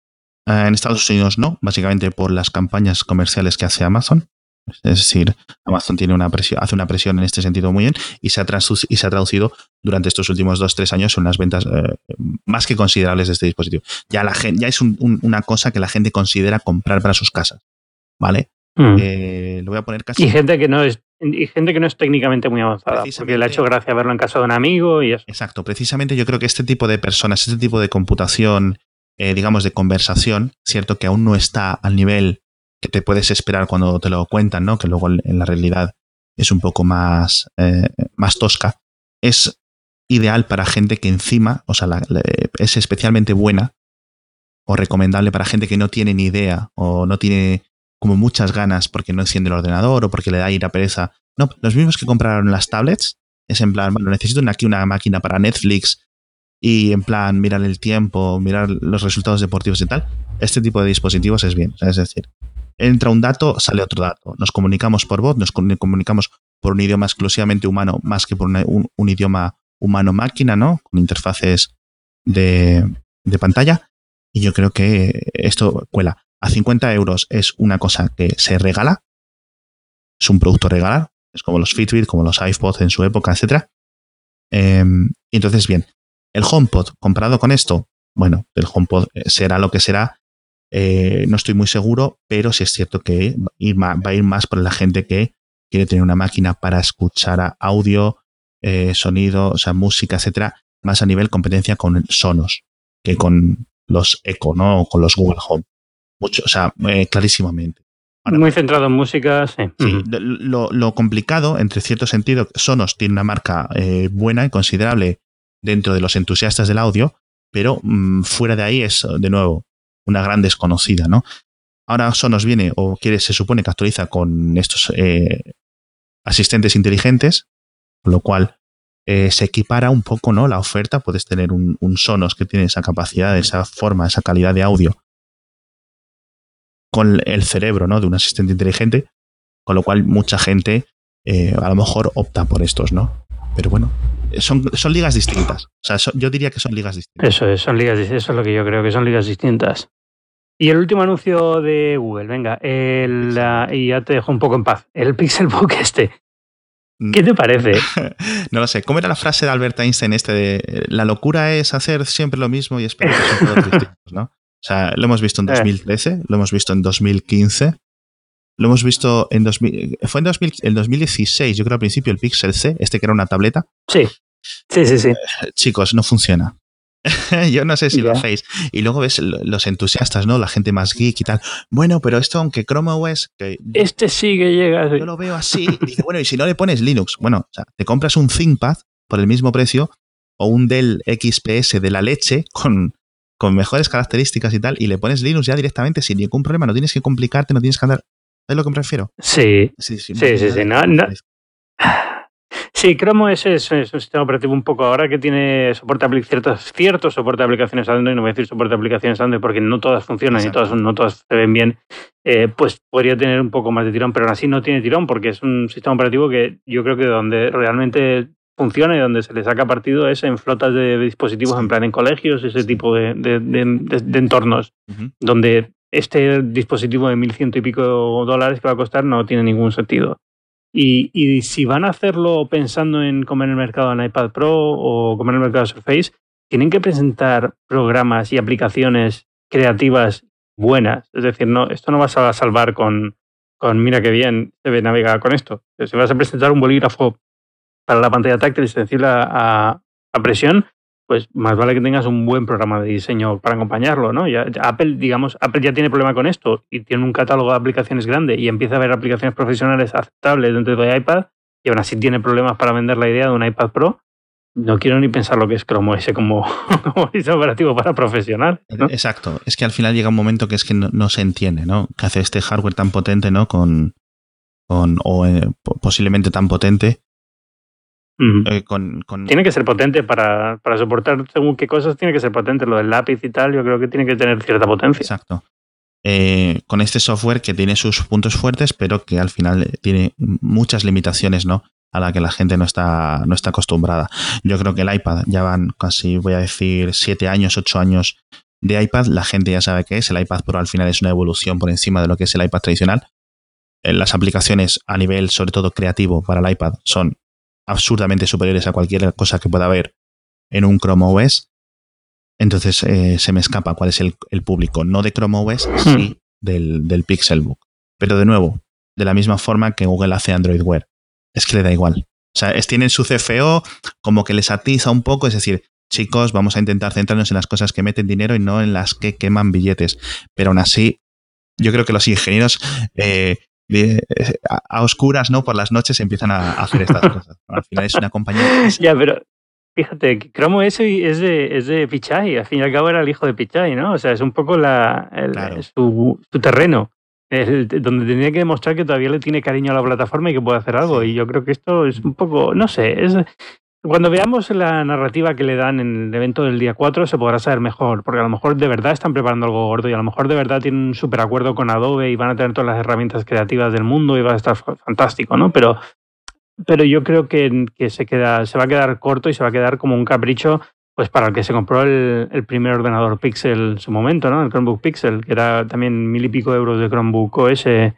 En Estados Unidos no, básicamente por las campañas comerciales que hace Amazon. Es decir, Amazon tiene una presión, hace una presión en este sentido muy bien y se ha, trans- y se ha traducido durante estos últimos dos tres años en unas ventas eh, más que considerables de este dispositivo. Ya, la gente, ya es un, un, una cosa que la gente considera comprar para sus casas. ¿Vale? Mm. Eh, lo voy a poner casi. Y gente que no es, y gente que no es técnicamente muy avanzada, porque le ha hecho gracia verlo en casa de un amigo y eso. Exacto, precisamente yo creo que este tipo de personas, este tipo de computación, eh, digamos, de conversación, cierto que aún no está al nivel que te puedes esperar cuando te lo cuentan, ¿no? Que luego en la realidad es un poco más, eh, más tosca. Es ideal para gente que encima, o sea, la, la, es especialmente buena o recomendable para gente que no tiene ni idea o no tiene como muchas ganas porque no enciende el ordenador o porque le da ira pereza. No, los mismos que compraron las tablets, es en plan, bueno, necesito aquí una máquina para Netflix y en plan mirar el tiempo, mirar los resultados deportivos y tal. Este tipo de dispositivos es bien, es decir, entra un dato, sale otro dato. Nos comunicamos por voz, nos comunicamos por un idioma exclusivamente humano más que por una, un, un idioma humano-máquina, ¿no? Con interfaces de, de pantalla. Y yo creo que esto cuela. A cincuenta euros es una cosa que se regala. Es un producto regalar. Es como los Fitbit, como los iPods en su época, etcétera. Eh, y entonces, bien, el HomePod comparado con esto, bueno, el HomePod será lo que será. Eh, no estoy muy seguro, pero sí es cierto que va a ir más por la gente que quiere tener una máquina para escuchar audio, eh, sonido, o sea, música, etcétera, más a nivel competencia con Sonos que con los Echo, ¿no? O con los Google Home. Mucho, o sea, eh, clarísimamente. Ahora, muy centrado en música, sí. Sí, uh-huh. lo, lo complicado, entre cierto sentido, Sonos tiene una marca eh, buena y considerable dentro de los entusiastas del audio, pero mmm, fuera de ahí es, de nuevo, una gran desconocida, ¿no? Ahora Sonos viene o quiere, se supone que actualiza con estos eh, asistentes inteligentes, con lo cual eh, se equipara un poco, ¿no? La oferta. Puedes tener un, un Sonos que tiene esa capacidad, esa forma, esa calidad de audio con el cerebro, ¿no? De un asistente inteligente, con lo cual mucha gente eh, a lo mejor opta por estos, ¿no? Pero bueno, son, son ligas distintas. O sea, son, yo diría que son ligas distintas. Eso es, son ligas, eso es lo que yo creo, que son ligas distintas. Y el último anuncio de Google, venga, el, uh, y ya te dejo un poco en paz, el Pixelbook este. ¿Qué te parece? No lo sé. ¿Cómo era la frase de Albert Einstein este de la locura es hacer siempre lo mismo y esperar que son todos distintos, ¿no? O sea, lo hemos visto en dos mil trece, lo hemos visto en dos mil quince, lo hemos visto en dos mil, fue en dos mil, en dos mil dieciséis, yo creo al principio, el Pixel C, este que era una tableta. Sí, sí, sí, sí. Eh, chicos, no funciona. Yo no sé si yeah. lo hacéis. Y luego ves los entusiastas, ¿no? La gente más geek y tal. Bueno, pero esto, aunque Chrome O S... Que este sí que llega. Yo lo veo así. Y dice, bueno, y si no le pones Linux. Bueno, o sea, te compras un ThinkPad por el mismo precio o un Dell X P S de la leche con, con mejores características y tal, y le pones Linux ya directamente sin ningún problema. No tienes que complicarte, no tienes que andar... ¿Sabes lo que prefiero? Sí, sí, sí. Sí, sí, sí. No, no. Sí, Chrome O S es, es un sistema operativo un poco ahora que tiene soporte a ciertos, ciertos soporte de aplicaciones Android, no voy a decir soporte de aplicaciones Android porque no todas funcionan. Exacto. Y todas, no todas se ven bien, eh, pues podría tener un poco más de tirón, pero aún así no tiene tirón porque es un sistema operativo que yo creo que donde realmente funciona y donde se le saca partido es en flotas de, de dispositivos, sí. En plan en colegios, ese tipo de, de, de, de, de entornos, uh-huh. Donde este dispositivo de mil ciento y pico dólares que va a costar no tiene ningún sentido. Y, y si van a hacerlo pensando en comer el mercado en iPad Pro o comer el mercado Surface, tienen que presentar programas y aplicaciones creativas buenas. Es decir, no, esto no vas a salvar con, con mira qué bien se ve navegar con esto. Si vas a presentar un bolígrafo para la pantalla táctil sensible a, a presión, pues más vale que tengas un buen programa de diseño para acompañarlo, ¿no? Ya, ya Apple, digamos, Apple ya tiene problema con esto y tiene un catálogo de aplicaciones grande y empieza a haber aplicaciones profesionales aceptables dentro de iPad y aún así tiene problemas para vender la idea de un iPad Pro. No quiero ni pensar lo que es Chrome O S como, como sistema operativo para profesional, ¿no? Exacto. Es que al final llega un momento que es que no, no se entiende, ¿no? Que hace este hardware tan potente, ¿no? Con, con o eh, posiblemente tan potente. Uh-huh. Eh, con, con... Tiene que ser potente para, para soportar según qué cosas, tiene que ser potente. Lo del lápiz y tal, yo creo que tiene que tener cierta potencia. Exacto. Eh, con este software que tiene sus puntos fuertes, pero que al final tiene muchas limitaciones, ¿no? A la que la gente no está, no está acostumbrada. Yo creo que el iPad ya van casi, voy a decir, siete años, ocho años de iPad. La gente ya sabe qué es. El iPad Pro al final es una evolución por encima de lo que es el iPad tradicional. Eh, las aplicaciones a nivel, sobre todo creativo, para el iPad son absurdamente superiores a cualquier cosa que pueda haber en un Chrome O S. Entonces eh, se me escapa cuál es el, el público, no de Chrome O S, sí del, del Pixelbook. Pero de nuevo, de la misma forma que Google hace Android Wear. Es que le da igual. O sea, es, tienen su C F O, como que les atiza un poco, es decir, chicos, vamos a intentar centrarnos en las cosas que meten dinero y no en las que queman billetes. Pero aún así, yo creo que los ingenieros eh, eh, a, a oscuras, ¿no? Por las noches empiezan a, a hacer estas cosas. Al final es una compañía... Ya, pero fíjate, que Chrome O S es de, es de Pichai, al fin y al cabo era el hijo de Pichai, ¿no? O sea, es un poco la, el, Claro. su, su terreno. El, donde tenía que demostrar que todavía le tiene cariño a la plataforma y que puede hacer algo. Sí. Y yo creo que esto es un poco, no sé, es cuando veamos la narrativa que le dan en el evento del día cuatro se podrá saber mejor, porque a lo mejor de verdad están preparando algo gordo y a lo mejor de verdad tienen un súper acuerdo con Adobe y van a tener todas las herramientas creativas del mundo y va a estar fantástico, ¿no? Pero, pero yo creo que, que se, queda, se va a quedar corto y se va a quedar como un capricho pues para el que se compró el, el primer ordenador Pixel en su momento, ¿no? El Chromebook Pixel, que era también mil y pico euros de Chromebook O S,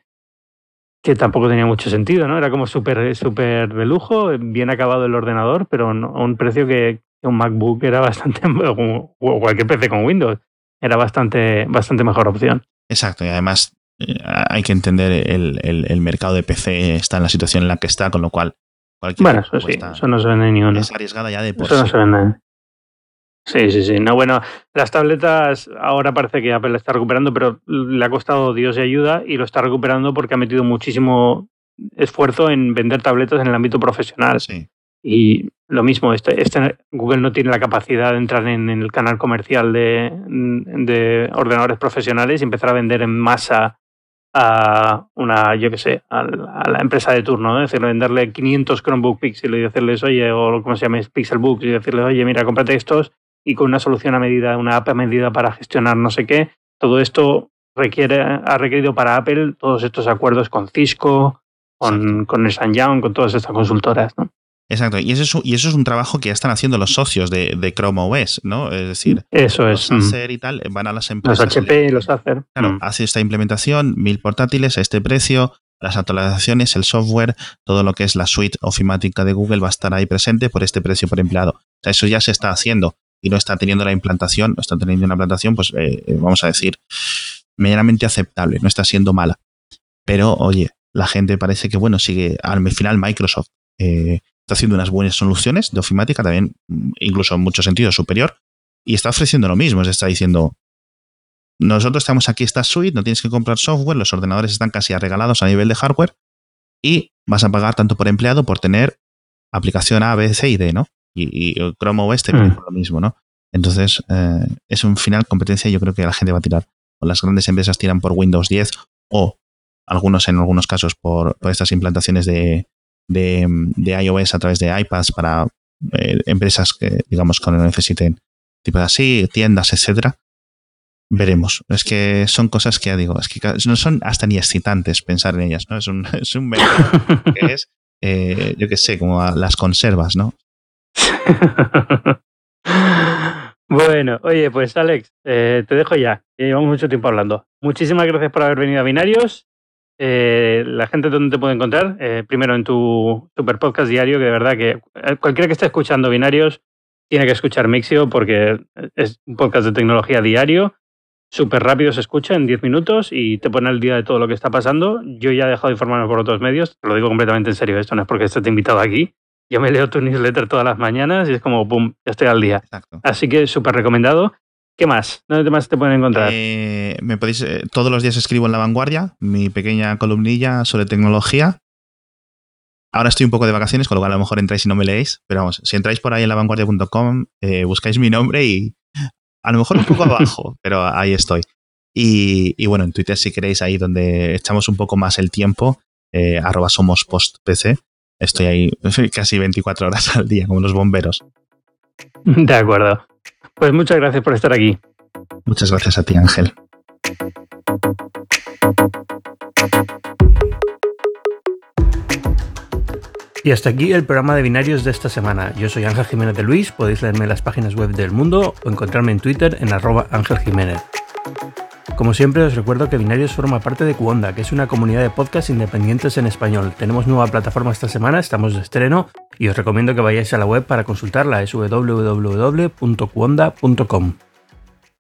que tampoco tenía mucho sentido, ¿no? Era como súper súper de lujo, bien acabado el ordenador, pero no, a un precio que, que un MacBook era bastante, o cualquier P C con Windows, era bastante, bastante mejor opción. Exacto, y además eh, hay que entender el, el, el mercado de P C está en la situación en la que está, con lo cual cualquier bueno, eso sí, eso no se vende ni uno. Es arriesgada ya de por eso sí. no se vende. Sí, sí, sí. No, bueno, las tabletas ahora parece que Apple la está recuperando, pero le ha costado Dios y ayuda y lo está recuperando porque ha metido muchísimo esfuerzo en vender tabletas en el ámbito profesional. Sí. Y lo mismo, este, este Google no tiene la capacidad de entrar en, en el canal comercial de, de ordenadores profesionales y empezar a vender en masa a una, yo qué sé, a la, a la empresa de turno, ¿no? Es decir, venderle quinientos Chromebook Pixel y decirles, oye, o como se llama, Pixelbooks, y decirles, oye, mira, cómprate estos y con una solución a medida, una app a medida para gestionar no sé qué. Todo esto requiere, ha requerido para Apple todos estos acuerdos con Cisco, con, con Ernst and Young, con todas estas consultoras, ¿no? Exacto, y eso, es, y eso es un trabajo que ya están haciendo los socios de, de Chrome O S, ¿no? Es decir, eso los es. Acer y tal van a las empresas. Los H P y los Acer. Claro, mm. hace esta implementación, mil portátiles a este precio, las actualizaciones, el software, todo lo que es la suite ofimática de Google va a estar ahí presente por este precio por empleado. O sea, eso ya se está haciendo y no está teniendo la implantación, no está teniendo una implantación, pues eh, vamos a decir, medianamente aceptable, no está siendo mala. Pero, oye, la gente parece que, bueno, sigue, al final Microsoft eh, está haciendo unas buenas soluciones de ofimática, también incluso en muchos sentidos superior, y está ofreciendo lo mismo, se está diciendo, nosotros estamos aquí esta suite, no tienes que comprar software, los ordenadores están casi arregalados a nivel de hardware y vas a pagar tanto por empleado por tener aplicación A, B, C y D, ¿no? Y, y Chrome O S te viene mm. por lo mismo, ¿no? Entonces, eh, es un final competencia, yo creo que la gente va a tirar, o las grandes empresas tiran por Windows diez o algunos en algunos casos por, por estas implantaciones de, de, de iOS a través de iPads para eh, empresas que, digamos, que no necesiten tipos así, tiendas, etcétera. Veremos. Es que son cosas que ya digo, es que no son hasta ni excitantes pensar en ellas, ¿no? Es un, es un mercado que es, eh, yo qué sé, como las conservas, ¿no? Bueno, oye, pues Alex, eh, te dejo ya, que llevamos mucho tiempo hablando. Muchísimas gracias por haber venido a Binarios. Eh, la gente donde te puede encontrar, eh, primero en tu super podcast diario, que de verdad que cualquiera que esté escuchando Binarios tiene que escuchar Mixio porque es un podcast de tecnología diario. súper rápido se escucha en diez minutos y te pone al día de todo lo que está pasando. Yo ya he dejado de informarme por otros medios, te lo digo completamente en serio, esto no es porque estés invitado aquí. Yo me leo tu newsletter todas las mañanas y es como, pum, ya estoy al día. Exacto. Así que súper recomendado. ¿Qué más? ¿Dónde más te pueden encontrar? Eh, me podéis, eh, todos los días escribo en La Vanguardia, mi pequeña columnilla sobre tecnología. Ahora estoy un poco de vacaciones, con lo cual a lo mejor entráis y no me leéis, pero vamos, si entráis por ahí en la vanguardia punto com, eh, buscáis mi nombre y a lo mejor un poco abajo, pero ahí estoy. Y, y bueno, en Twitter si queréis, ahí donde echamos un poco más el tiempo, eh, arroba somos postpc. Estoy ahí casi veinticuatro horas al día, como los bomberos. De acuerdo. Pues muchas gracias por estar aquí. Muchas gracias a ti, Ángel. Y hasta aquí el programa de Binarios de esta semana. Yo soy Ángel Jiménez de Luis, podéis leerme en las páginas web del Mundo o encontrarme en Twitter en arroba Ángel Jiménez. Como siempre os recuerdo que Binarios forma parte de Cuonda, que es una comunidad de podcasts independientes en español. Tenemos nueva plataforma esta semana, estamos de estreno y os recomiendo que vayáis a la web para consultarla, es doble u doble u doble u punto cuonda punto com.